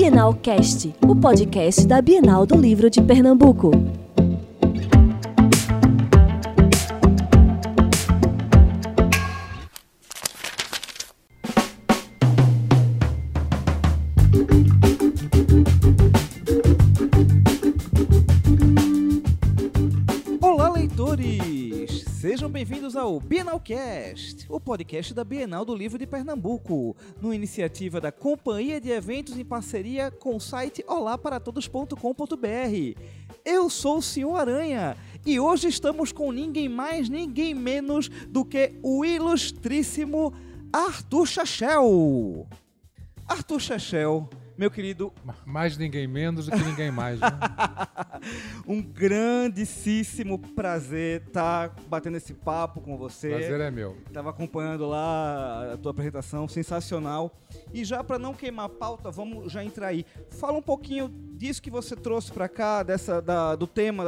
Bienalcast, o podcast da Bienal do Livro de Pernambuco. Olá, leitores! Sejam bem-vindos ao Bienalcast, o podcast da Bienal do Livro de Pernambuco, numa iniciativa da Companhia de Eventos em parceria com o site olaparatodos.com.br. Eu sou o Senhor Aranha e hoje estamos com ninguém mais, ninguém menos do que o ilustríssimo Arthur Chachel. Arthur Chachel, meu querido... Mais ninguém menos do que ninguém mais, né? Um grandíssimo prazer estar batendo esse papo com você. Prazer é meu. Estava acompanhando lá a tua apresentação, sensacional. E já para não queimar a pauta, vamos já entrar aí. Fala um pouquinho disso que você trouxe para cá, do tema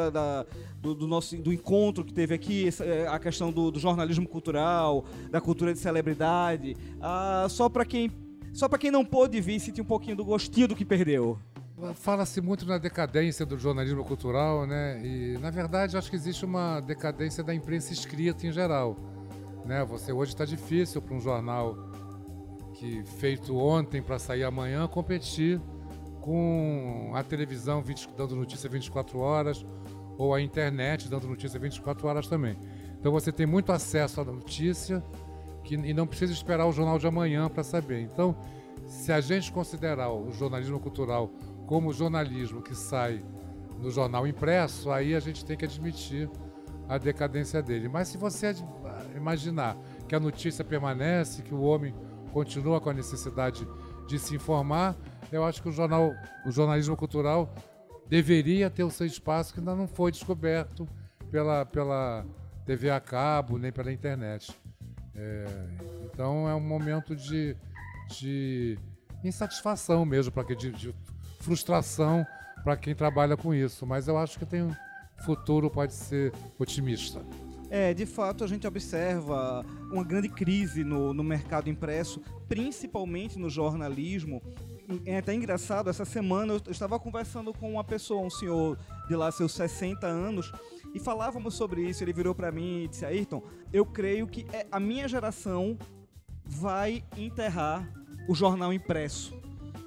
do encontro que teve aqui, a questão do jornalismo cultural, da cultura de celebridade. Só para quem não pôde vir, sentir um pouquinho do gostinho do que perdeu. Fala-se muito na decadência do jornalismo cultural, né? E, na verdade, acho que existe uma decadência da imprensa escrita em geral, né? Hoje está difícil para um jornal que feito ontem para sair amanhã competir com a televisão dando notícia 24 horas ou a internet dando notícia 24 horas também. Então você tem muito acesso à notícia e não precisa esperar o jornal de amanhã para saber. Então, se a gente considerar o jornalismo cultural como o jornalismo que sai no jornal impresso, aí a gente tem que admitir a decadência dele. Mas se você imaginar que a notícia permanece, que o homem continua com a necessidade de se informar, eu acho que o jornalismo cultural deveria ter o seu espaço, que ainda não foi descoberto pela TV a cabo, nem pela internet. Então é um momento de insatisfação mesmo, de frustração para quem trabalha com isso, mas eu acho que tem um futuro, pode ser otimista. De fato, a gente observa uma grande crise no mercado impresso, principalmente no jornalismo. É até engraçado, essa semana eu estava conversando com uma pessoa, um senhor de lá, seus 60 anos, e falávamos sobre isso. Ele virou para mim e disse: Ayrton, eu creio que a minha geração vai enterrar o jornal impresso.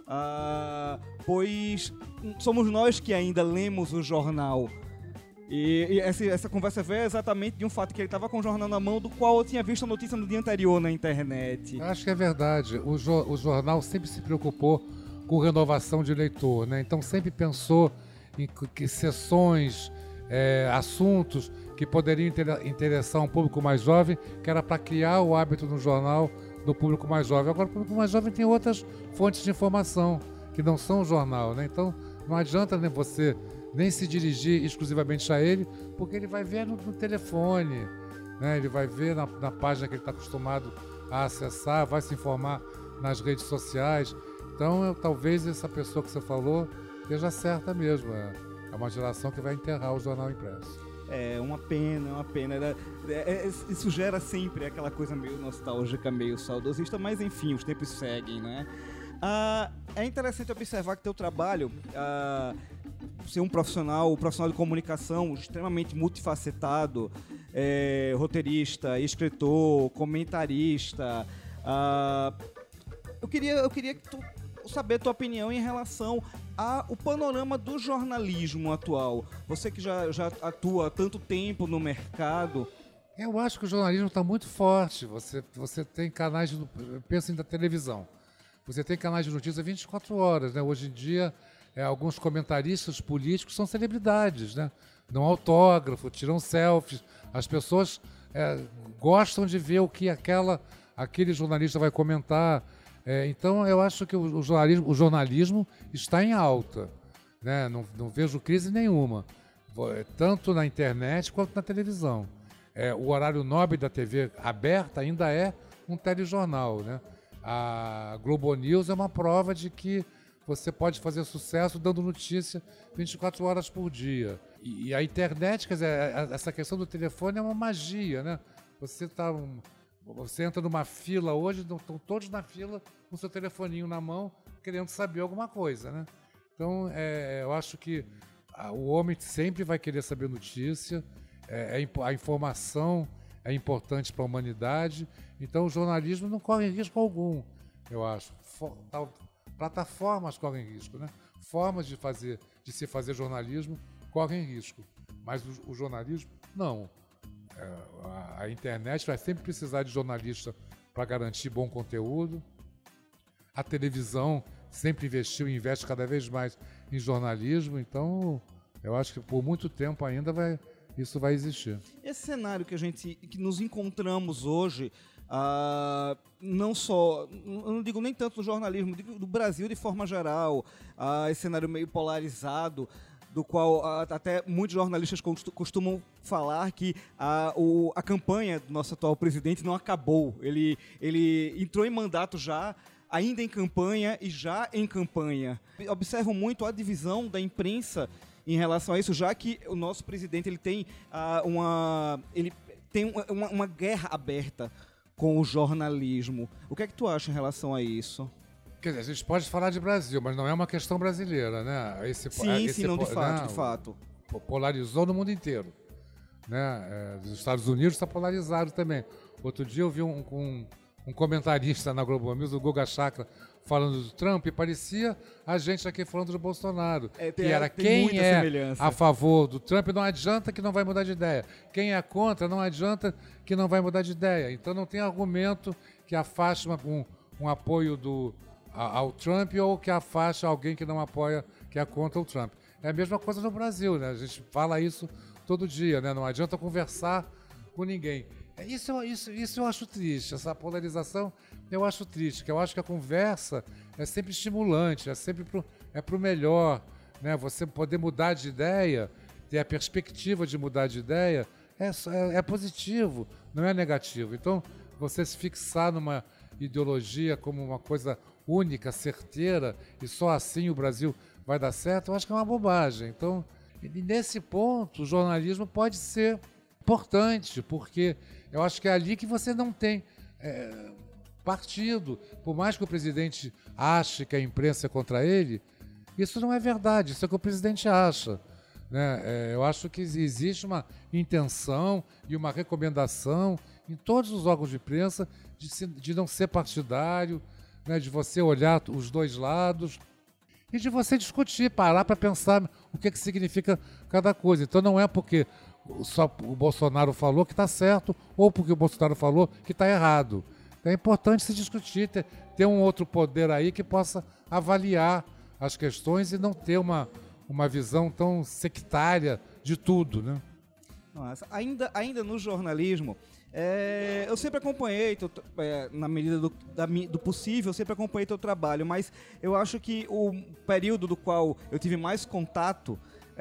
Pois somos nós que ainda lemos o jornal. E essa conversa veio exatamente de um fato, que ele estava com o jornal na mão, do qual eu tinha visto a notícia no dia anterior na internet. Acho que é verdade. O jornal sempre se preocupou com renovação de leitor, né? Então sempre pensou em sessões, assuntos que poderiam interessar um público mais jovem, que era para criar o hábito no jornal do público mais jovem. Agora o público mais jovem tem outras fontes de informação que não são o jornal, né? Então não adianta, né, você nem se dirigir exclusivamente a ele, porque ele vai ver no telefone, né? Ele vai ver na página que ele está acostumado a acessar, vai se informar nas redes sociais. Então talvez essa pessoa que você falou esteja certa mesmo. É uma geração que vai enterrar o jornal impresso. É uma pena. Isso gera sempre aquela coisa meio nostálgica, meio saudosista, mas enfim, os tempos seguem, né? É interessante observar que teu trabalho, ser um profissional de comunicação extremamente multifacetado, roteirista, escritor, comentarista. Eu queria saber a tua opinião em relação ao panorama do jornalismo atual. Você que já atua há tanto tempo no mercado. Eu acho que o jornalismo está muito forte. Você tem canais, pensa na televisão, você tem canais de notícia 24 horas, né? Hoje em dia, alguns comentaristas políticos são celebridades, né? Dão autógrafo, tiram selfies. As pessoas gostam de ver o que aquele jornalista vai comentar. Então eu acho que o jornalismo está em alta, né? Não vejo crise nenhuma, tanto na internet quanto na televisão. O horário nobre da TV aberta ainda é um telejornal, né? A Globo News é uma prova de que você pode fazer sucesso dando notícia 24 horas por dia. E a internet, quer dizer, essa questão do telefone é uma magia, né? Você entra numa fila hoje, estão todos na fila com seu telefoninho na mão, querendo saber alguma coisa, né? Então, eu acho que o homem sempre vai querer saber notícia, a informação é importante para a humanidade, então o jornalismo não corre risco algum, eu acho. Plataformas correm risco, né? Formas de se fazer jornalismo correm risco, mas o jornalismo, não. A internet vai sempre precisar de jornalista para garantir bom conteúdo. A televisão sempre investiu e investe cada vez mais em jornalismo, então eu acho que por muito tempo ainda isso vai existir. Esse cenário que nos encontramos hoje, não só, eu não digo nem tanto do jornalismo, digo do Brasil de forma geral, esse cenário meio polarizado, do qual até muitos jornalistas costumam falar que a campanha do nosso atual presidente não acabou. Ele entrou em mandato já, ainda em campanha e já em campanha. Observo muito a divisão da imprensa em relação a isso, já que o nosso presidente ele tem uma guerra aberta com o jornalismo. O que é que tu acha em relação a isso? Quer dizer, a gente pode falar de Brasil, mas não é uma questão brasileira, né? Sim, de fato. Polarizou no mundo inteiro, né? Os Estados Unidos está polarizado também. Outro dia eu vi um comentarista na Globo News, o Guga Chakra, falando do Trump, e parecia a gente aqui falando do Bolsonaro. Que era quem é a favor do Trump, não adianta que não vai mudar de ideia. Quem é contra, não adianta que não vai mudar de ideia. Então não tem argumento que afaste um apoio ao Trump ou que afaste alguém que não apoia, que é contra o Trump. É a mesma coisa no Brasil, né? A gente fala isso todo dia, né? Não adianta conversar com ninguém. Isso eu acho triste, essa polarização eu acho triste, que eu acho que a conversa é sempre estimulante, é sempre pro melhor, né? Você poder mudar de ideia, ter a perspectiva de mudar de ideia, é positivo, não é negativo. Então, você se fixar numa ideologia como uma coisa única, certeira, e só assim o Brasil vai dar certo, eu acho que é uma bobagem. Então, nesse ponto, o jornalismo pode ser importante, porque eu acho que é ali que você não tem partido. Por mais que o presidente ache que a imprensa é contra ele, isso não é verdade, isso é o que o presidente acha, né? Eu acho que existe uma intenção e uma recomendação em todos os órgãos de imprensa de não ser partidário, né? De você olhar os dois lados e de você discutir, parar para pensar o que significa cada coisa. Então não é porque só o Bolsonaro falou que está certo ou porque o Bolsonaro falou que está errado. É importante se discutir, ter um outro poder aí que possa avaliar as questões e não ter uma visão tão sectária de tudo, né? Nossa, ainda no jornalismo, eu sempre acompanhei, na medida do possível, eu sempre acompanhei teu trabalho, mas eu acho que o período do qual eu tive mais contato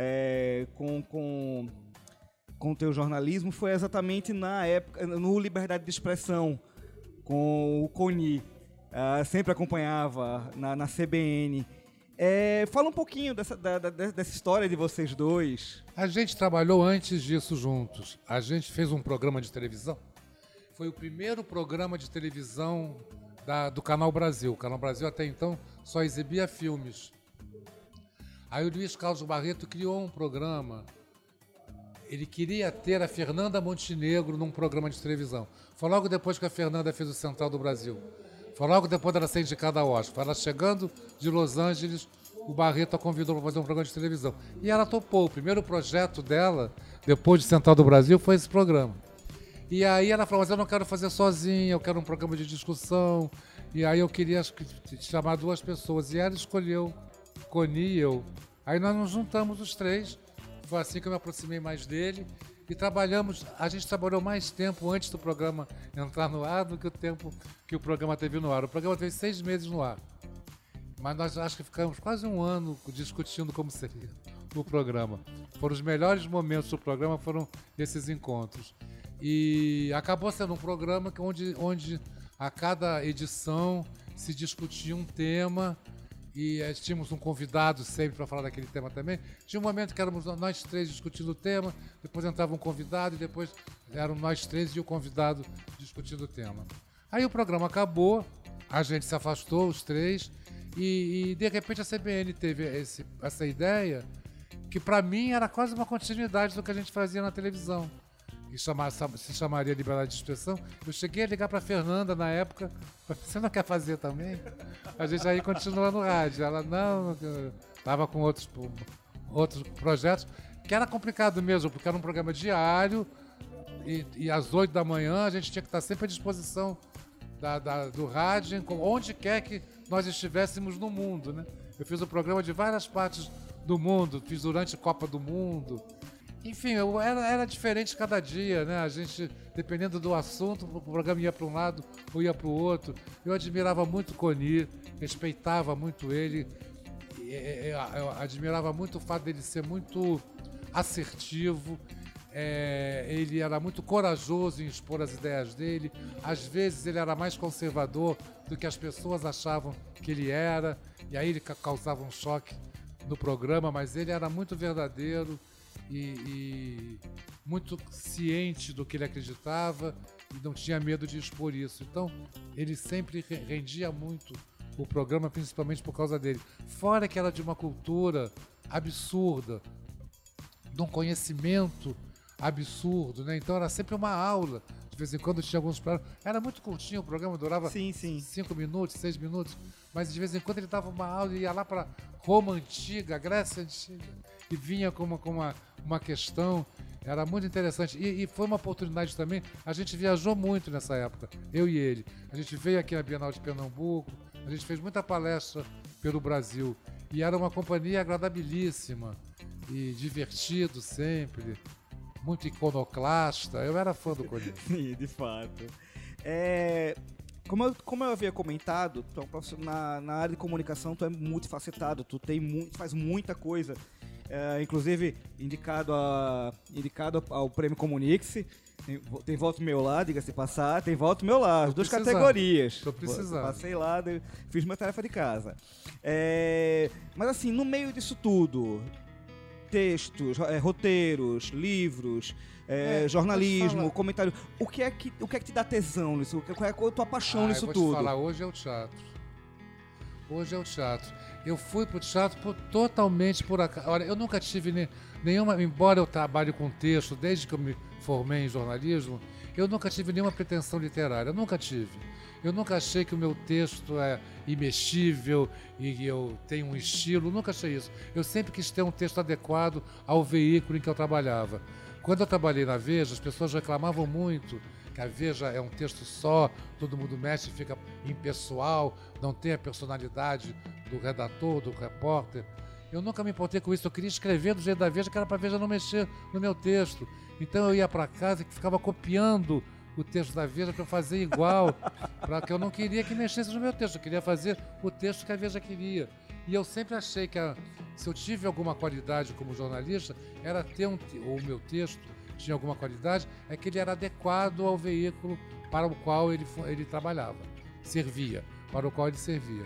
com o teu jornalismo foi exatamente na época, no Liberdade de Expressão, com o Coni. Sempre acompanhava na CBN. Fala um pouquinho dessa história de vocês dois. A gente trabalhou antes disso juntos. A gente fez um programa de televisão. Foi o primeiro programa de televisão do Canal Brasil. O Canal Brasil até então só exibia filmes. Aí o Luiz Carlos Barreto criou um programa. Ele queria ter a Fernanda Montenegro num programa de televisão. Foi logo depois que a Fernanda fez o Central do Brasil. Foi logo depois dela ser indicada ao Oscar. Ela chegando de Los Angeles, o Barreto a convidou para fazer um programa de televisão. E ela topou. O primeiro projeto dela, depois de Central do Brasil, foi esse programa. E aí ela falou, mas eu não quero fazer sozinha, eu quero um programa de discussão. E aí eu queria chamar 2 pessoas. E ela escolheu Coni e eu. Aí nós nos juntamos os 3. Foi assim que eu me aproximei mais dele e a gente trabalhou mais tempo antes do programa entrar no ar do que o tempo que o programa teve no ar. O programa teve 6 meses no ar, mas nós acho que ficamos quase um ano discutindo como seria o programa. Foram os melhores momentos do programa, foram esses encontros. E acabou sendo um programa onde a cada edição se discutia um tema. E tínhamos um convidado sempre para falar daquele tema também. Tinha um momento que éramos nós 3 discutindo o tema, depois entrava um convidado e depois eram nós 3 e o convidado discutindo o tema. Aí o programa acabou, a gente se afastou, os 3, E de repente a CBN teve essa ideia que para mim era quase uma continuidade do que a gente fazia na televisão. E se chamaria liberdade de expressão. Eu cheguei a ligar para Fernanda na época, você não quer fazer também? A gente aí continua no rádio. Ela não, estava com outros projetos, que era complicado mesmo, porque era um programa diário e às 8 da manhã a gente tinha que estar sempre à disposição do rádio, onde quer que nós estivéssemos no mundo, né? Eu fiz o programa de várias partes do mundo, fiz durante a Copa do Mundo. Enfim, era diferente cada dia, né? A gente, dependendo do assunto, o programa ia para um lado ou ia para o outro. Eu admirava muito o Coni, respeitava muito ele, eu admirava muito o fato dele ser muito assertivo. Ele era muito corajoso em expor as ideias dele. Às vezes ele era mais conservador do que as pessoas achavam que ele era, e aí ele causava um choque no programa, mas ele era muito verdadeiro e muito ciente do que ele acreditava e não tinha medo de expor isso. Então ele sempre rendia muito o programa, principalmente por causa dele. Fora que era de uma cultura absurda, de um conhecimento absurdo, né? Então era sempre uma aula. De vez em quando tinha alguns programas. Era muito curtinho, o programa durava 5 minutos, 6 minutos, mas de vez em quando ele dava uma aula e ia lá para Roma Antiga, Grécia Antiga, e vinha com uma questão. Era muito interessante. E foi uma oportunidade também. A gente viajou muito nessa época, eu e ele. A gente veio aqui na Bienal de Pernambuco, a gente fez muita palestra pelo Brasil. E era uma companhia agradabilíssima e divertido sempre. Muito iconoclasta. Eu era fã do Coni. Sim, de fato. Como eu havia comentado, na área de comunicação tu é multifacetado, tu faz muita coisa. Inclusive, indicado ao Prêmio Comunique-se. Tem voto meu lá, diga-se passar, tem voto meu lá, as duas categorias. Tô precisando. Passei lá, fiz minha tarefa de casa. Mas assim, no meio disso tudo, textos, roteiros, livros, jornalismo, comentário. O que é que te dá tesão nisso? Qual é a tua paixão nisso tudo? Eu vou te falar, hoje é o teatro. Eu fui pro teatro totalmente por acaso. Olha, eu nunca tive nenhuma, embora eu trabalhe com texto desde que eu me formei em jornalismo, eu nunca tive nenhuma pretensão literária, nunca tive. Eu nunca achei que o meu texto é imexível e eu tenho um estilo, nunca achei isso. Eu sempre quis ter um texto adequado ao veículo em que eu trabalhava. Quando eu trabalhei na Veja, as pessoas reclamavam muito que a Veja é um texto só, todo mundo mexe, fica impessoal, não tem a personalidade do redator, do repórter. Eu nunca me importei com isso, eu queria escrever do jeito da Veja, que era para a Veja não mexer no meu texto. Então eu ia para casa e ficava copiando o texto da Veja para eu fazer igual, porque eu não queria que mexesse no meu texto, eu queria fazer o texto que a Veja queria. E eu sempre achei que se eu tive alguma qualidade como jornalista, era ter ou o meu texto tinha alguma qualidade, é que ele era adequado ao veículo para o qual ele trabalhava, para o qual ele servia.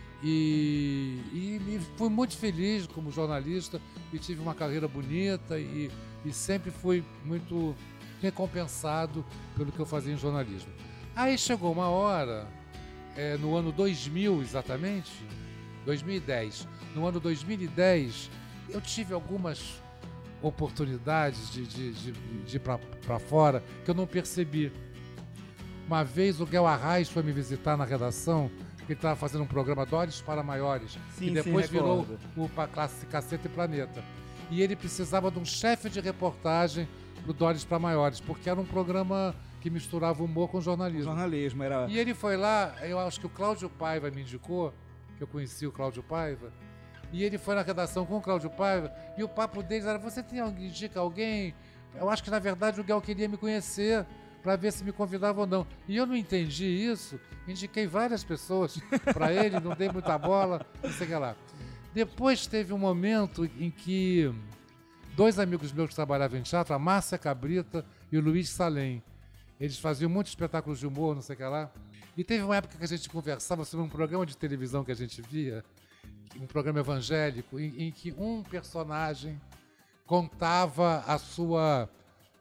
E fui muito feliz como jornalista e tive uma carreira bonita e sempre fui muito recompensado pelo que eu fazia em jornalismo. Aí chegou uma hora, no ano 2000 exatamente, 2010. No ano 2010, eu tive algumas oportunidades de ir para fora que eu não percebi. Uma vez o Guel Arraes foi me visitar na redação, ele estava fazendo um programa Dores para Maiores, que depois virou o Caceta e Planeta. E ele precisava de um chefe de reportagem do Dores para Maiores, porque era um programa que misturava humor com jornalismo. E ele foi lá, eu acho que o Cláudio Paiva me indicou, que eu conheci o Cláudio Paiva, e ele foi na redação com o Cláudio Paiva, e o papo deles era, você indica alguém? Eu acho que, na verdade, o Guel queria me conhecer para ver se me convidava ou não. E eu não entendi isso, indiquei várias pessoas para ele, não dei muita bola, não sei o que lá. Depois teve um momento em que 2 amigos meus que trabalhavam em teatro, a Márcia Cabrita e o Luiz Salem, eles faziam muitos espetáculos de humor, não sei o que lá. E teve uma época que a gente conversava sobre um programa de televisão que a gente via, um programa evangélico, em que um personagem contava a sua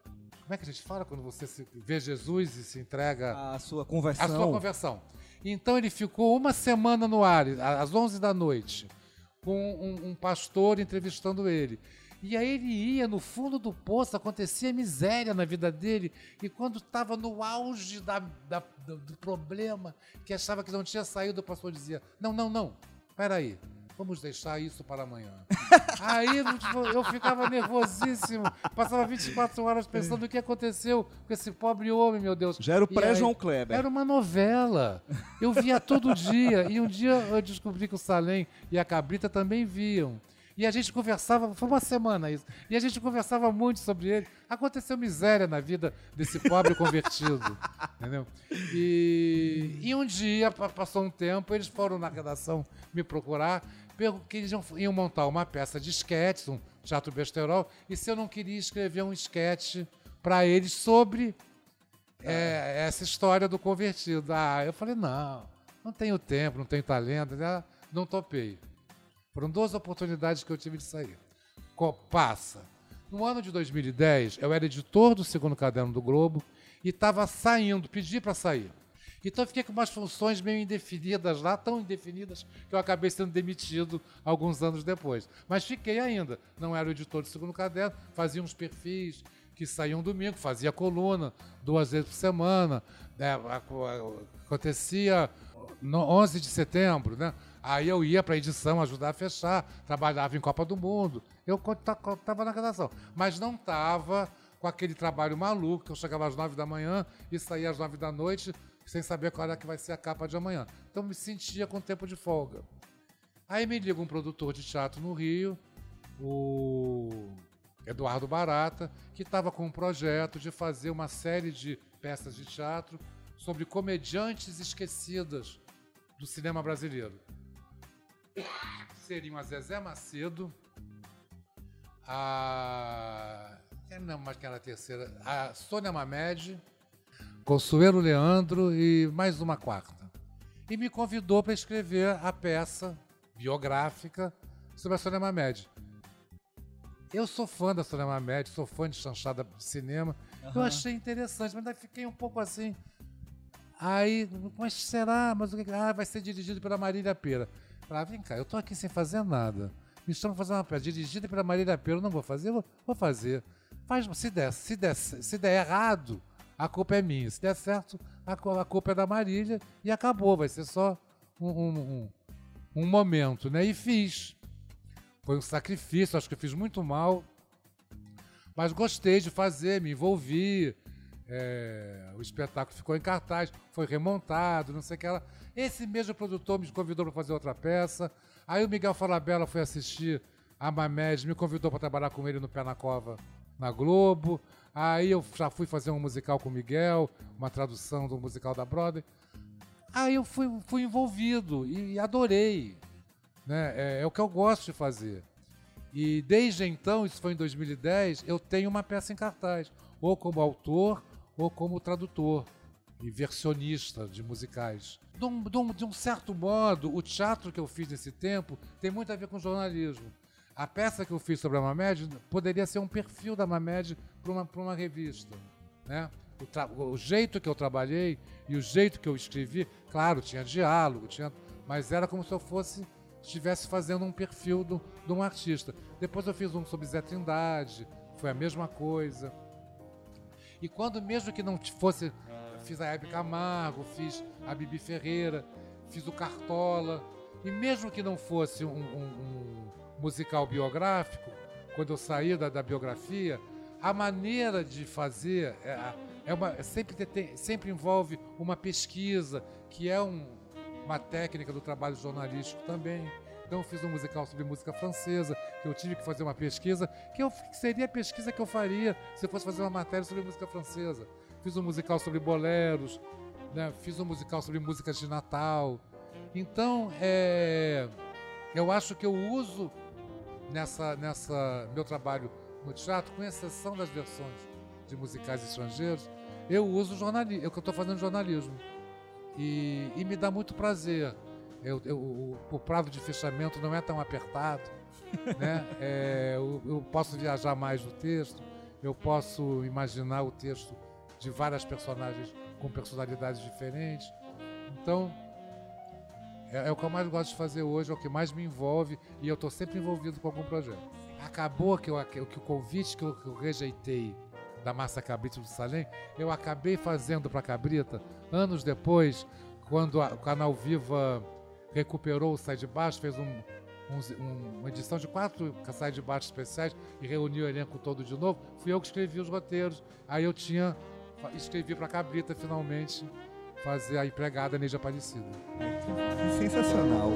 Como é que a gente fala quando você vê Jesus e se entrega... A sua conversão. A sua conversão. Então ele ficou uma semana no ar, às 11 da noite, com um pastor entrevistando ele. E aí ele ia no fundo do poço, acontecia miséria na vida dele, e quando estava no auge do problema, que achava que não tinha saído, o pastor dizia, não, peraí, vamos deixar isso para amanhã. Aí eu ficava nervosíssimo, passava 24 horas pensando o que aconteceu com esse pobre homem, meu Deus. Já era o pré-João Kleber. Era uma novela, eu via todo dia, e um dia eu descobri que o Salem e a Cabrita também viam. E a gente conversava, foi uma semana isso, e a gente conversava muito sobre ele. Aconteceu miséria na vida desse pobre convertido, entendeu? E um dia, passou um tempo, eles foram na redação me procurar, que eles iam montar uma peça de esquete, um teatro besterol, e se eu não queria escrever um esquete para eles sobre essa história do convertido. Eu falei, não tenho tempo, não tenho talento, não topei. Foram 2 oportunidades que eu tive de sair. Passa. No ano de 2010, eu era editor do segundo caderno do Globo e estava saindo, pedi para sair. Então eu fiquei com umas funções meio indefinidas lá, tão indefinidas, que eu acabei sendo demitido alguns anos depois. Mas fiquei ainda. Não era o editor do segundo caderno, fazia uns perfis que saíam domingo, fazia coluna 2 vezes por semana. Acontecia no 11 de setembro, né? Aí eu ia para a edição ajudar a fechar, trabalhava em Copa do Mundo. Eu estava na redação, mas não estava com aquele trabalho maluco, que eu chegava às 9 da manhã e saía às 9 da noite, sem saber qual era que vai ser a capa de amanhã. Então me sentia com tempo de folga. Aí me liga um produtor de teatro no Rio, o Eduardo Barata, que estava com um projeto de fazer uma série de peças de teatro sobre comediantes esquecidas do cinema brasileiro. Seriam a Zezé Macedo, a Sônia Mamed, Consuelo Leandro e mais uma quarta. E me convidou para escrever a peça biográfica sobre a Sônia Mamed. Eu sou fã da Sônia Mamed, sou fã de chanchada de cinema. Eu achei interessante, mas ainda fiquei um pouco assim. Aí, mas será? Mas vai ser dirigido pela Marília Pêra. Vem cá, eu tô aqui sem fazer nada. Me chamam para fazer uma peça dirigida pela Marília Pêra, eu não vou fazer? Vou fazer. Se der errado, a culpa é minha. Se der certo, a culpa é da Marília e acabou. Vai ser só um momento, né? E fiz. Foi um sacrifício, acho que eu fiz muito mal. Mas gostei de fazer, me envolvi. O espetáculo ficou em cartaz, foi remontado, não sei o que lá. Esse mesmo produtor me convidou para fazer outra peça. Aí o Miguel Falabella foi assistir a Mamed, me convidou para trabalhar com ele no Pé na Cova, na Globo. Aí eu já fui fazer um musical com o Miguel, uma tradução do musical da Broadway. Aí eu fui envolvido e adorei. Né? É o que eu gosto de fazer. E desde então, isso foi em 2010, eu tenho uma peça em cartaz, ou como autor ou como tradutor e versionista de musicais. De um certo modo, o teatro que eu fiz nesse tempo tem muito a ver com jornalismo. A peça que eu fiz sobre a Mamed poderia ser um perfil da Mamed para uma revista. Né? O jeito que eu trabalhei e o jeito que eu escrevi, claro, tinha diálogo, mas era como se eu estivesse fazendo um perfil de um artista. Depois eu fiz um sobre Zé Trindade, foi a mesma coisa. E quando mesmo que não fosse, fiz a Hebe Camargo, fiz a Bibi Ferreira, fiz o Cartola, e mesmo que não fosse um musical biográfico, quando eu saí da biografia, a maneira de fazer sempre envolve uma pesquisa, que é uma técnica do trabalho jornalístico também. Então eu fiz um musical sobre música francesa, que eu tive que fazer uma pesquisa, que seria a pesquisa que eu faria se eu fosse fazer uma matéria sobre música francesa. Fiz um musical sobre boleros, né? Fiz um musical sobre músicas de Natal. Então, eu acho que eu uso nessa meu trabalho no teatro, com exceção das versões de musicais estrangeiros, eu uso jornalismo, eu estou fazendo jornalismo. E me dá muito prazer. O prazo de fechamento não é tão apertado, né? Eu posso viajar mais no texto. eu posso imaginar o texto de várias personagens com personalidades diferentes. Então, é o que eu mais gosto de fazer hoje, é o que mais me envolve, e eu estou sempre envolvido com algum projeto. Acabou que o convite que eu rejeitei da Márcia Cabrita do Salem, eu acabei fazendo para a Cabrita anos depois, quando o Canal Viva recuperou o Sai de Baixo, fez uma edição de 4 Sai de Baixo especiais e reuniu o elenco todo de novo. Fui eu que escrevi os roteiros. Aí eu escrevi para a Cabrita finalmente fazer a empregada Neide Aparecida. Sensacional.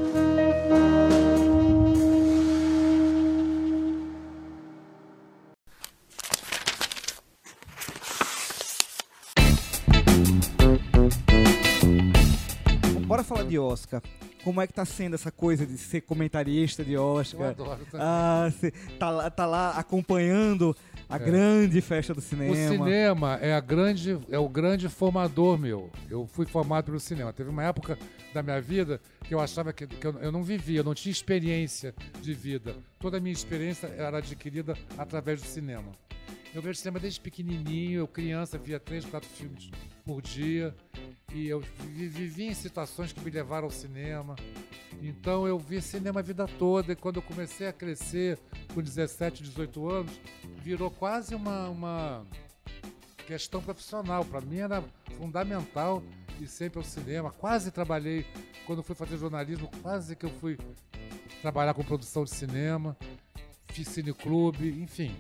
Bora falar de Oscar. Como é que tá sendo essa coisa de ser comentarista de Oscar? Eu adoro também. Você tá lá acompanhando a grande festa do cinema. O cinema é o grande formador meu. Eu fui formado pelo cinema. Teve uma época da minha vida que eu achava que eu não vivia, eu não tinha experiência de vida. Toda a minha experiência era adquirida através do cinema. Eu vejo cinema desde pequenininho, eu criança via 3, 4 filmes por dia e eu vivi em situações que me levaram ao cinema. Então eu vi cinema a vida toda e quando eu comecei a crescer com 17, 18 anos, virou quase uma questão profissional. Para mim era fundamental ir sempre ao cinema. Quase trabalhei, quando fui fazer jornalismo, quase que eu fui trabalhar com produção de cinema, fiz cineclube, enfim.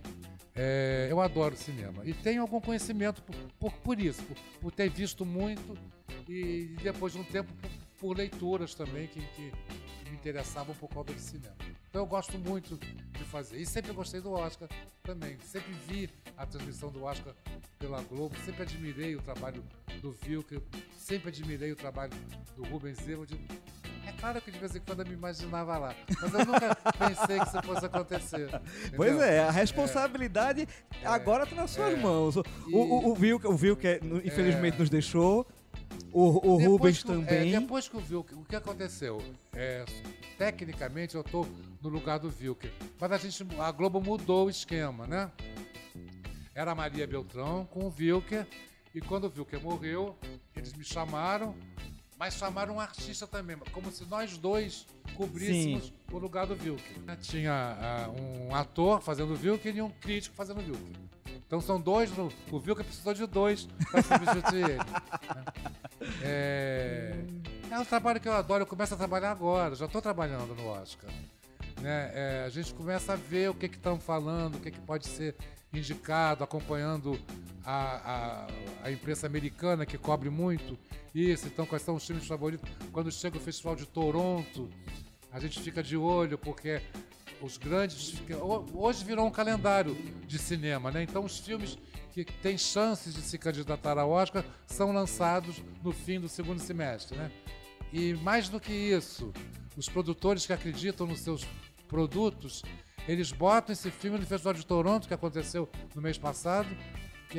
Eu adoro cinema e tenho algum conhecimento por isso, por ter visto muito e depois de um tempo por leituras também que me interessavam por causa de cinema. Então eu gosto muito de fazer e sempre gostei do Oscar também, sempre vi a transmissão do Oscar pela Globo, sempre admirei o trabalho do Wilker, sempre admirei o trabalho do Rubens Zewald. É claro que de vez em quando eu me imaginava lá, mas eu nunca pensei que isso fosse acontecer. Entendeu? Pois é, a responsabilidade agora está nas suas mãos. O Wilker, infelizmente, nos deixou. O Rubens também. Depois que o Wilker, o que aconteceu? Tecnicamente eu estou no lugar do Wilker, mas a Globo mudou o esquema, né? Era a Maria Beltrão com o Wilker, e quando o Wilker morreu, eles me chamaram, mas chamaram um artista também, como se nós dois cobríssemos o lugar do Wilker. Tinha um ator fazendo o Wilker e um crítico fazendo o Wilker. Então são dois, o Wilker precisou de dois para substituir ele. É um trabalho que eu adoro, eu começo a trabalhar agora, já estou trabalhando no Oscar. A gente começa a ver o que estão falando, o que pode ser indicado, acompanhando a imprensa americana que cobre muito isso. Então, quais são os filmes favoritos? Quando chega o Festival de Toronto, a gente fica de olho, porque os grandes... Hoje virou um calendário de cinema, né? Então, os filmes que têm chances de se candidatar ao Oscar são lançados no fim do segundo semestre, né? E mais do que isso, os produtores que acreditam nos seus produtos, eles botam esse filme no Festival de Toronto, que aconteceu no mês passado, que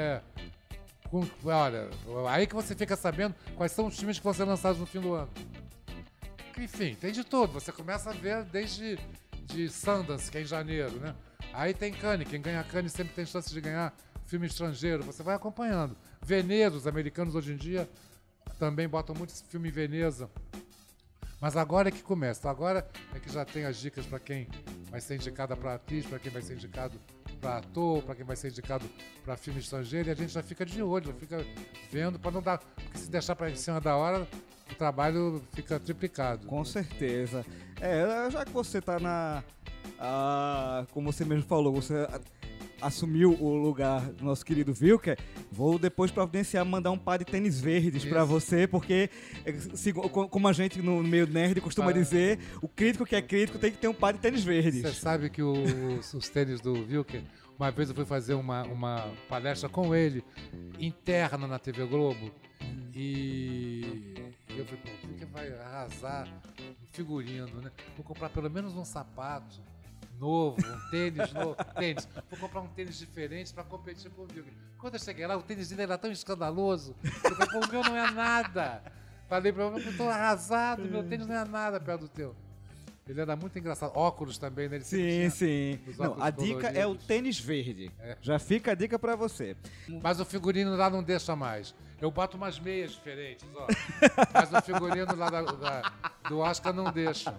olha, aí que você fica sabendo quais são os filmes que vão ser lançados no fim do ano. Enfim, tem de tudo. Você começa a ver desde de Sundance, que é em janeiro, né? Aí tem Cannes, quem ganha Cannes sempre tem chance de ganhar filme estrangeiro. Você vai acompanhando. Veneza, os americanos hoje em dia também botam muito esse filme em Veneza. Mas agora é que começa. Agora é que já tem as dicas para quem vai ser indicada para atriz, para quem vai ser indicado para ator, para quem vai ser indicado para filme estrangeiro. E a gente já fica de olho, já fica vendo para não dar... Porque se deixar para em cima da hora, o trabalho fica triplicado. Com certeza. Já que você está como você mesmo falou, você assumiu o lugar do nosso querido Wilker, vou depois providenciar, mandar um par de tênis verdes para você, porque, como a gente no meio nerd costuma dizer, o crítico que é crítico tem que ter um par de tênis verdes. Você sabe que os tênis do Wilker, uma vez eu fui fazer uma palestra com ele, interna na TV Globo, e eu falei, o Wilker vai arrasar no figurino, né? Vou comprar pelo menos um sapato novo, um tênis novo, vou comprar um tênis diferente para competir com o Wilker. Quando eu cheguei lá, o tênis dele era tão escandaloso, eu falei, o meu não é nada. Falei para ele, eu tô arrasado, meu tênis não é nada perto do teu. Ele era muito engraçado. Óculos também, né? Ele sempre Sim, tinha sim. os Não, óculos a dica é o coloridos. tênis verde. É. Já fica a dica pra você. Mas o figurino lá não deixa mais. Eu boto umas meias diferentes, ó. Mas o figurino lá do Oscar não deixa.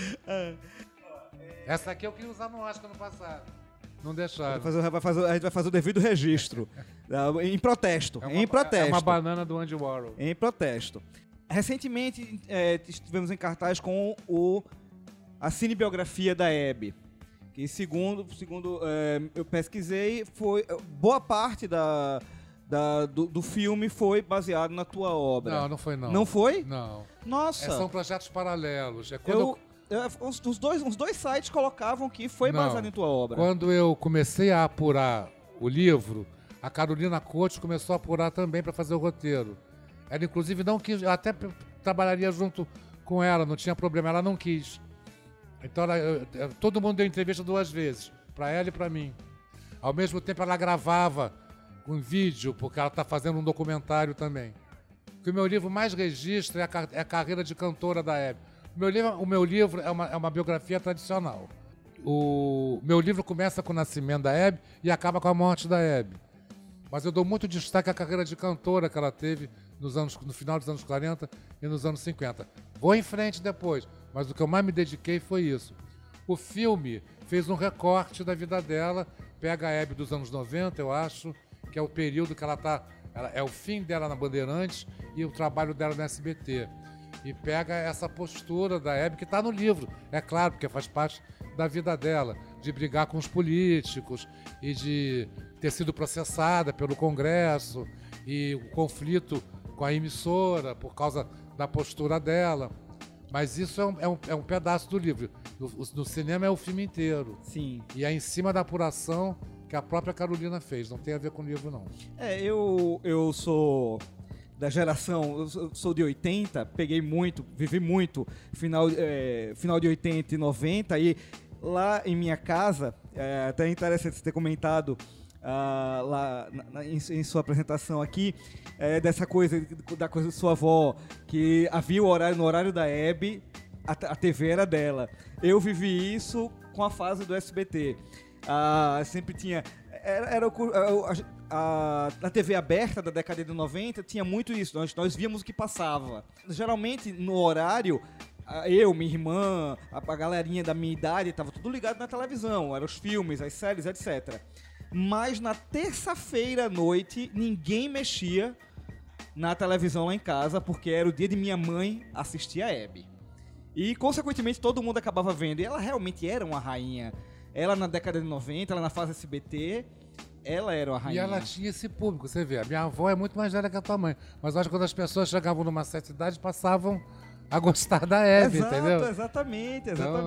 Essa aqui eu queria usar no Oscar no passado. Não deixaram. A gente vai fazer o devido registro. Em protesto. Em protesto. É uma banana do Andy Warhol. Em protesto. Recentemente estivemos em cartaz com a cinebiografia da Hebe. Que segundo eu pesquisei, foi boa parte do filme foi baseado na tua obra. Não, não foi não. Não foi? Não. Nossa. São projetos paralelos. É quando Uns dois sites colocavam que foi Não. baseado em tua obra. Quando eu comecei a apurar o livro, a Carolina Coates começou a apurar também para fazer o roteiro. Ela, inclusive, não quis. Eu até trabalharia junto com ela, não tinha problema. Ela não quis. Então, todo mundo deu entrevista 2 vezes, para ela e para mim. Ao mesmo tempo, ela gravava um vídeo, porque ela está fazendo um documentário também. Que o meu livro mais registra é a carreira de cantora da Hebe. O meu livro é uma biografia tradicional. O meu livro começa com o nascimento da Hebe e acaba com a morte da Hebe. Mas eu dou muito destaque à carreira de cantora que ela teve no final dos anos 40 e nos anos 50. Vou em frente depois, mas o que eu mais me dediquei foi isso. O filme fez um recorte da vida dela, pega a Hebe dos anos 90, eu acho, que é o período que ela está... É o fim dela na Bandeirantes e o trabalho dela no SBT. E pega essa postura da Hebe que está no livro, é claro, porque faz parte da vida dela, de brigar com os políticos e de ter sido processada pelo Congresso e o conflito com a emissora por causa da postura dela. Mas isso é um pedaço do livro. No cinema é o filme inteiro. Sim. E é em cima da apuração que a própria Carolina fez, não tem a ver com o livro, não. Eu sou da geração, eu sou de 80, vivi muito, final de 80 e 90, e lá em minha casa, até interessante você ter comentado lá em sua apresentação aqui, dessa coisa, da coisa de sua avó, que havia no horário da Hebe, a TV era dela. Eu vivi isso com a fase do SBT. Sempre tinha... Na TV aberta da década de 90 tinha muito isso, nós víamos o que passava. Geralmente no horário, eu, minha irmã, a galerinha da minha idade estava tudo ligado na televisão, eram os filmes, as séries, etc. Mas na terça-feira à noite ninguém mexia na televisão lá em casa, porque era o dia de minha mãe assistir a Hebe. E consequentemente todo mundo acabava vendo, e ela realmente era uma rainha. Ela na década de 90, ela na fase SBT, ela era uma rainha. E ela tinha esse público, você vê. A minha avó é muito mais velha que a tua mãe. Mas acho que quando as pessoas chegavam numa certa idade, passavam a gostar da Hebe, entendeu? Exatamente. Então,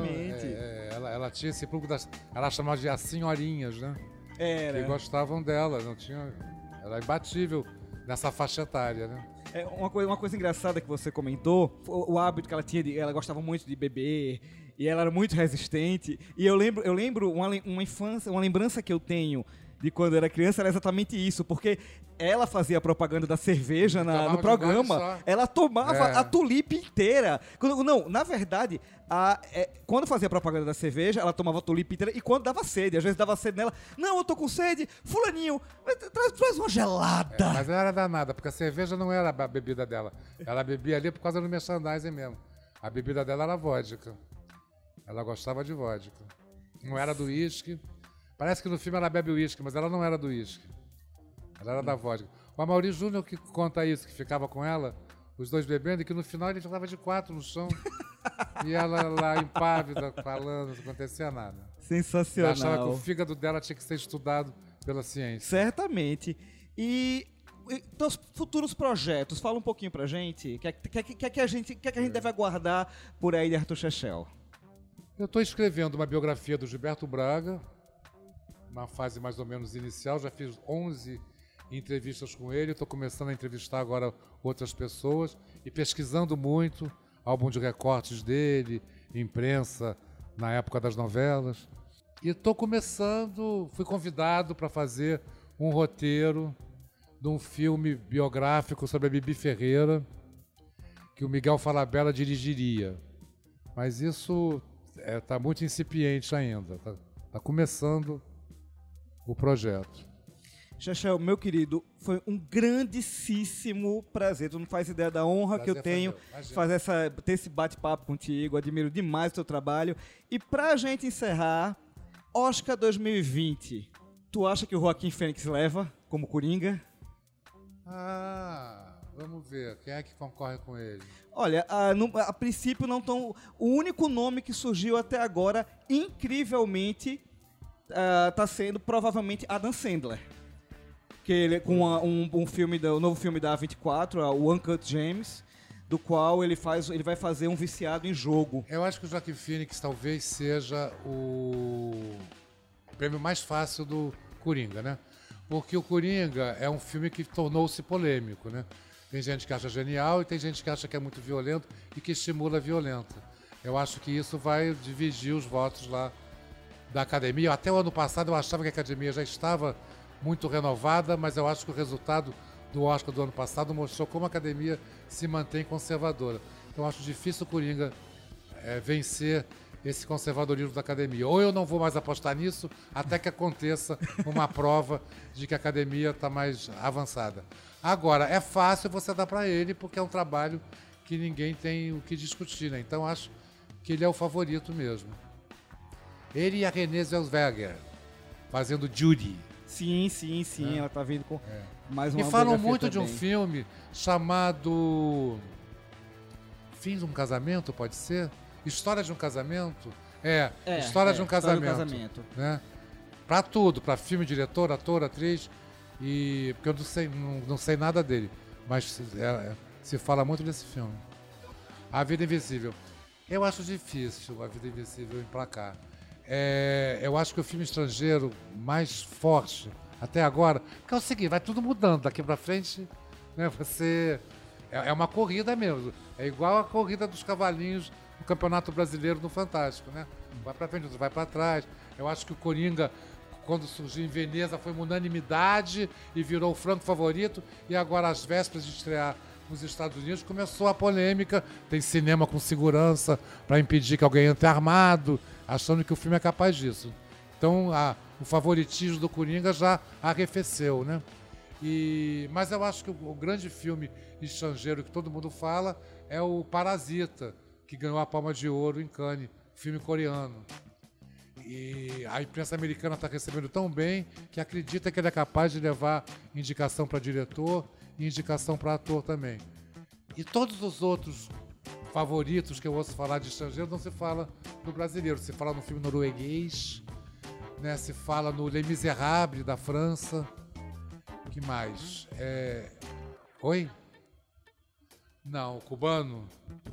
ela tinha esse público, ela chamava de as senhorinhas, né? Era. Que gostavam dela, não tinha... Ela é imbatível nessa faixa etária, né? Uma coisa engraçada que você comentou, o hábito que ela tinha, ela gostava muito de beber, e ela era muito resistente. E eu lembro uma infância, uma lembrança que eu tenho de quando eu era criança era exatamente isso, porque ela fazia propaganda da cerveja no programa, ela tomava a tulipe inteira. Na verdade, quando fazia propaganda da cerveja, ela tomava a tulipe inteira, e quando dava sede, às vezes dava sede nela, não, eu tô com sede, fulaninho, traz uma gelada. Mas ela era danada, porque a cerveja não era a bebida dela, ela bebia ali por causa do merchandising mesmo. A bebida dela era vodka, ela gostava de vodka, não era do uísque. Parece que no filme ela bebe uísque, mas ela não era do uísque. Ela era da vodka. O Amaury Júnior que conta isso, que ficava com ela, os dois bebendo, e que no final ele estava de 4 no chão. E ela lá impávida, falando, não acontecia nada. Sensacional. Ela achava que o fígado dela tinha que ser estudado pela ciência. Certamente. E teus futuros projetos, fala um pouquinho pra gente. O que a gente deve aguardar por aí de Arthur Chechel? Eu estou escrevendo uma biografia do Gilberto Braga, uma fase mais ou menos inicial, já fiz 11 entrevistas com ele, estou começando a entrevistar agora outras pessoas e pesquisando muito, álbum de recortes dele, imprensa na época das novelas. E fui convidado para fazer um roteiro de um filme biográfico sobre a Bibi Ferreira, que o Miguel Falabella dirigiria. Mas isso tá muito incipiente ainda. Tá começando o projeto. Chechel, meu querido, foi um grandíssimo prazer. Tu não faz ideia da honra que eu tenho ter esse bate-papo contigo. Admiro demais o teu trabalho. E pra gente encerrar, Oscar 2020. Tu acha que o Joaquim Fênix leva como Coringa? Vamos ver. Quem é que concorre com ele? Olha, a princípio não tão... O único nome que surgiu até agora, incrivelmente, tá sendo provavelmente Adam Sandler. Que ele, com o novo filme da A24, o Uncut Gems, do qual ele vai fazer um viciado em jogo. Eu acho que o Joaquim Phoenix talvez seja o prêmio mais fácil do Coringa, né? Porque o Coringa é um filme que tornou-se polêmico, né? Tem gente que acha genial e tem gente que acha que é muito violento e que estimula a violência. Eu acho que isso vai dividir os votos lá da Academia. Até o ano passado eu achava que a Academia já estava muito renovada, mas eu acho que o resultado do Oscar do ano passado mostrou como a Academia se mantém conservadora. Então eu acho difícil o Coringa vencer esse conservadorismo da Academia. Ou eu não vou mais apostar nisso até que aconteça uma prova de que a Academia está mais avançada. Agora, é fácil você dar para ele porque é um trabalho que ninguém tem o que discutir, né? Então acho que ele é o favorito mesmo. Ele e a Renée Zellweger fazendo Judy. Sim, ela tá vindo com mais uma. E falam muito também de um filme chamado Fim de um Casamento, pode ser? História de um Casamento? História de um Casamento. Né? Pra tudo, pra filme, diretor, ator, atriz. Porque eu não sei nada dele, mas se fala muito desse filme. A Vida Invisível. Eu acho difícil A Vida Invisível emplacar. Eu acho que o filme estrangeiro mais forte até agora, porque é o seguinte, vai tudo mudando daqui pra frente, né? É uma corrida mesmo, é igual a corrida dos cavalinhos no Campeonato Brasileiro no Fantástico, né? Vai pra frente, vai pra trás. Eu acho que o Coringa, quando surgiu em Veneza, foi uma unanimidade e virou o franco favorito, e agora às vésperas de estrear nos Estados Unidos começou a polêmica, tem cinema com segurança para impedir que alguém entre armado, achando que o filme é capaz disso. Então o favoritismo do Coringa já arrefeceu, né? Mas eu acho que o grande filme estrangeiro que todo mundo fala é o Parasita, que ganhou a Palma de Ouro em Cannes, filme coreano. E a imprensa americana está recebendo tão bem que acredita que ele é capaz de levar indicação para diretor e indicação para ator também. E todos os outros favoritos que eu ouço falar de estrangeiro não se fala no brasileiro. Se fala no filme norueguês, né? Se fala no Les Misérables da França. Que mais? Oi? Não, o cubano.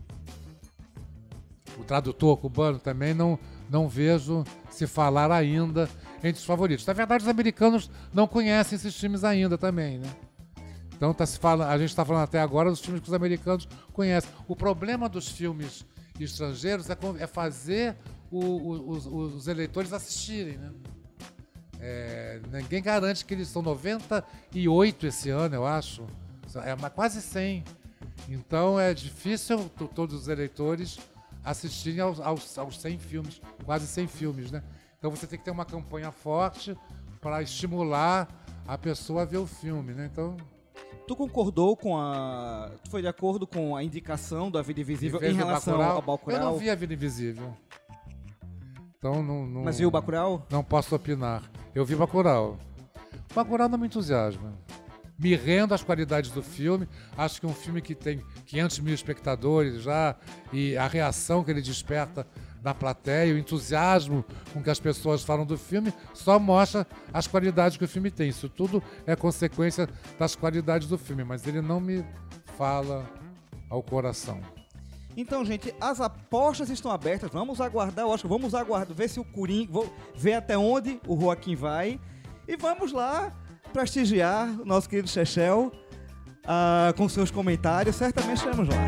O tradutor cubano também não vejo se falar ainda entre os favoritos. Na verdade, os americanos não conhecem esses filmes ainda também, né? Então a gente está falando até agora dos filmes que os americanos conhecem. O problema dos filmes estrangeiros é fazer os eleitores assistirem, né? Ninguém garante que eles são 98 esse ano, eu acho. Quase 100. Então é difícil todos os eleitores assistirem aos 100 filmes, quase 100 filmes, né? Então você tem que ter uma campanha forte para estimular a pessoa a ver o filme, né? Então... Tu concordou com Tu foi de acordo com a indicação da Vida Invisível em relação ao Bacurau? Eu não vi a Vida Invisível. Então não... Mas viu o Bacurau? Não posso opinar. Eu vi Bacurau. Bacurau não me entusiasma. Me rendo às qualidades do filme. Acho que é um filme que tem 500 mil espectadores já, e a reação que ele desperta da plateia, o entusiasmo com que as pessoas falam do filme, só mostra as qualidades que o filme tem. Isso tudo é consequência das qualidades do filme, mas ele não me fala ao coração. Então, gente, as apostas estão abertas. Vamos aguardar, eu acho que vamos aguardar, ver se o Coringa, ver até onde o Joaquim vai. E vamos lá prestigiar o nosso querido Chechel com seus comentários. Certamente estaremos lá.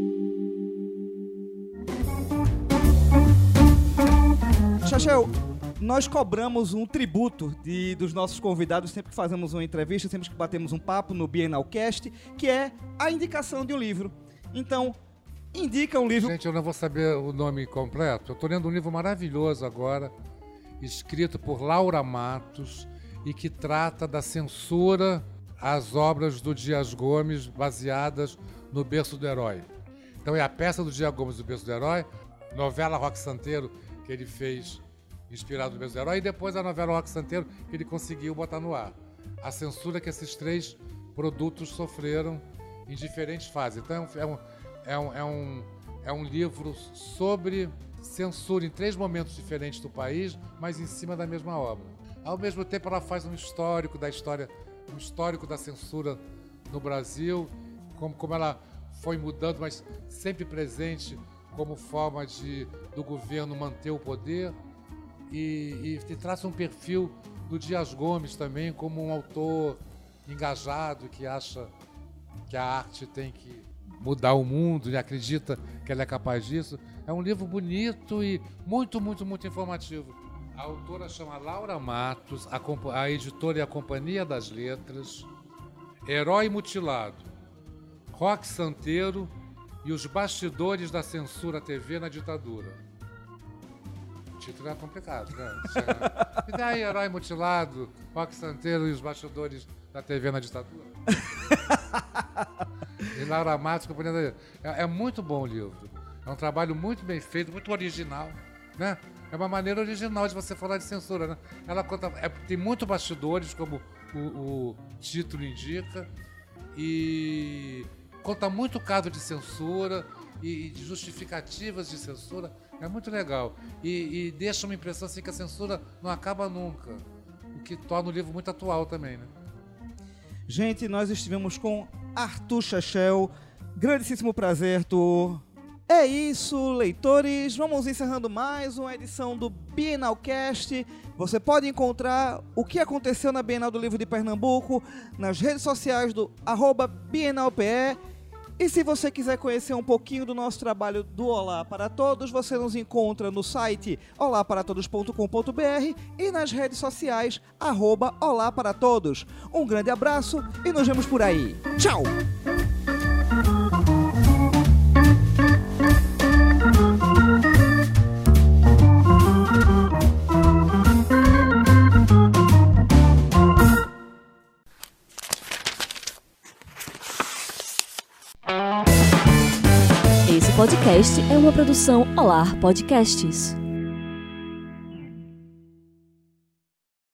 Chechel, nós cobramos um tributo dos nossos convidados sempre que fazemos uma entrevista, sempre que batemos um papo no Bienalcast, que é a indicação de um livro. Então, indica um livro... Gente, eu não vou saber o nome completo. Eu estou lendo um livro maravilhoso agora, escrito por Laura Matos, e que trata da censura às obras do Dias Gomes baseadas no Berço do Herói. Então é a peça do Dias Gomes do Berço do Herói, novela Roque Santeiro que ele fez inspirado no Berço do Herói, e depois a novela Roque Santeiro que ele conseguiu botar no ar. A censura que esses 3 produtos sofreram em diferentes fases. Então é um livro sobre censura em 3 momentos diferentes do país, mas em cima da mesma obra. Ao mesmo tempo, ela faz um histórico da história, um histórico da censura no Brasil, como ela foi mudando, mas sempre presente como forma do governo manter o poder, e traça um perfil do Dias Gomes também como um autor engajado que acha que a arte tem que mudar o mundo e acredita que ela é capaz disso. É um livro bonito e muito, muito, muito informativo. A autora chama Laura Matos, a editora é a Companhia das Letras, Herói Mutilado, Roque Santeiro e os bastidores da censura TV na ditadura. O título é complicado, né? E daí, Herói Mutilado, Roque Santeiro e os bastidores da TV na ditadura? E Laura Matos, Companhia das Letras. É muito bom o livro. É um trabalho muito bem feito, muito original, né? É uma maneira original de você falar de censura, né? Ela conta, tem muito bastidores, como o título indica, e conta muito caso de censura e de justificativas de censura. É muito legal. E deixa uma impressão assim que a censura não acaba nunca, o que torna o livro muito atual também, né? Gente, nós estivemos com Arthur Chechel. Grandíssimo prazer, Arthur. É isso, leitores. Vamos encerrando mais uma edição do Bienalcast. Você pode encontrar o que aconteceu na Bienal do Livro de Pernambuco nas redes sociais do @BienalPE. E se você quiser conhecer um pouquinho do nosso trabalho do Olá para Todos, você nos encontra no site olaparatodos.com.br e nas redes sociais @Olá para Todos. Um grande abraço e nos vemos por aí. Tchau! Esse podcast é uma produção Olá Podcasts.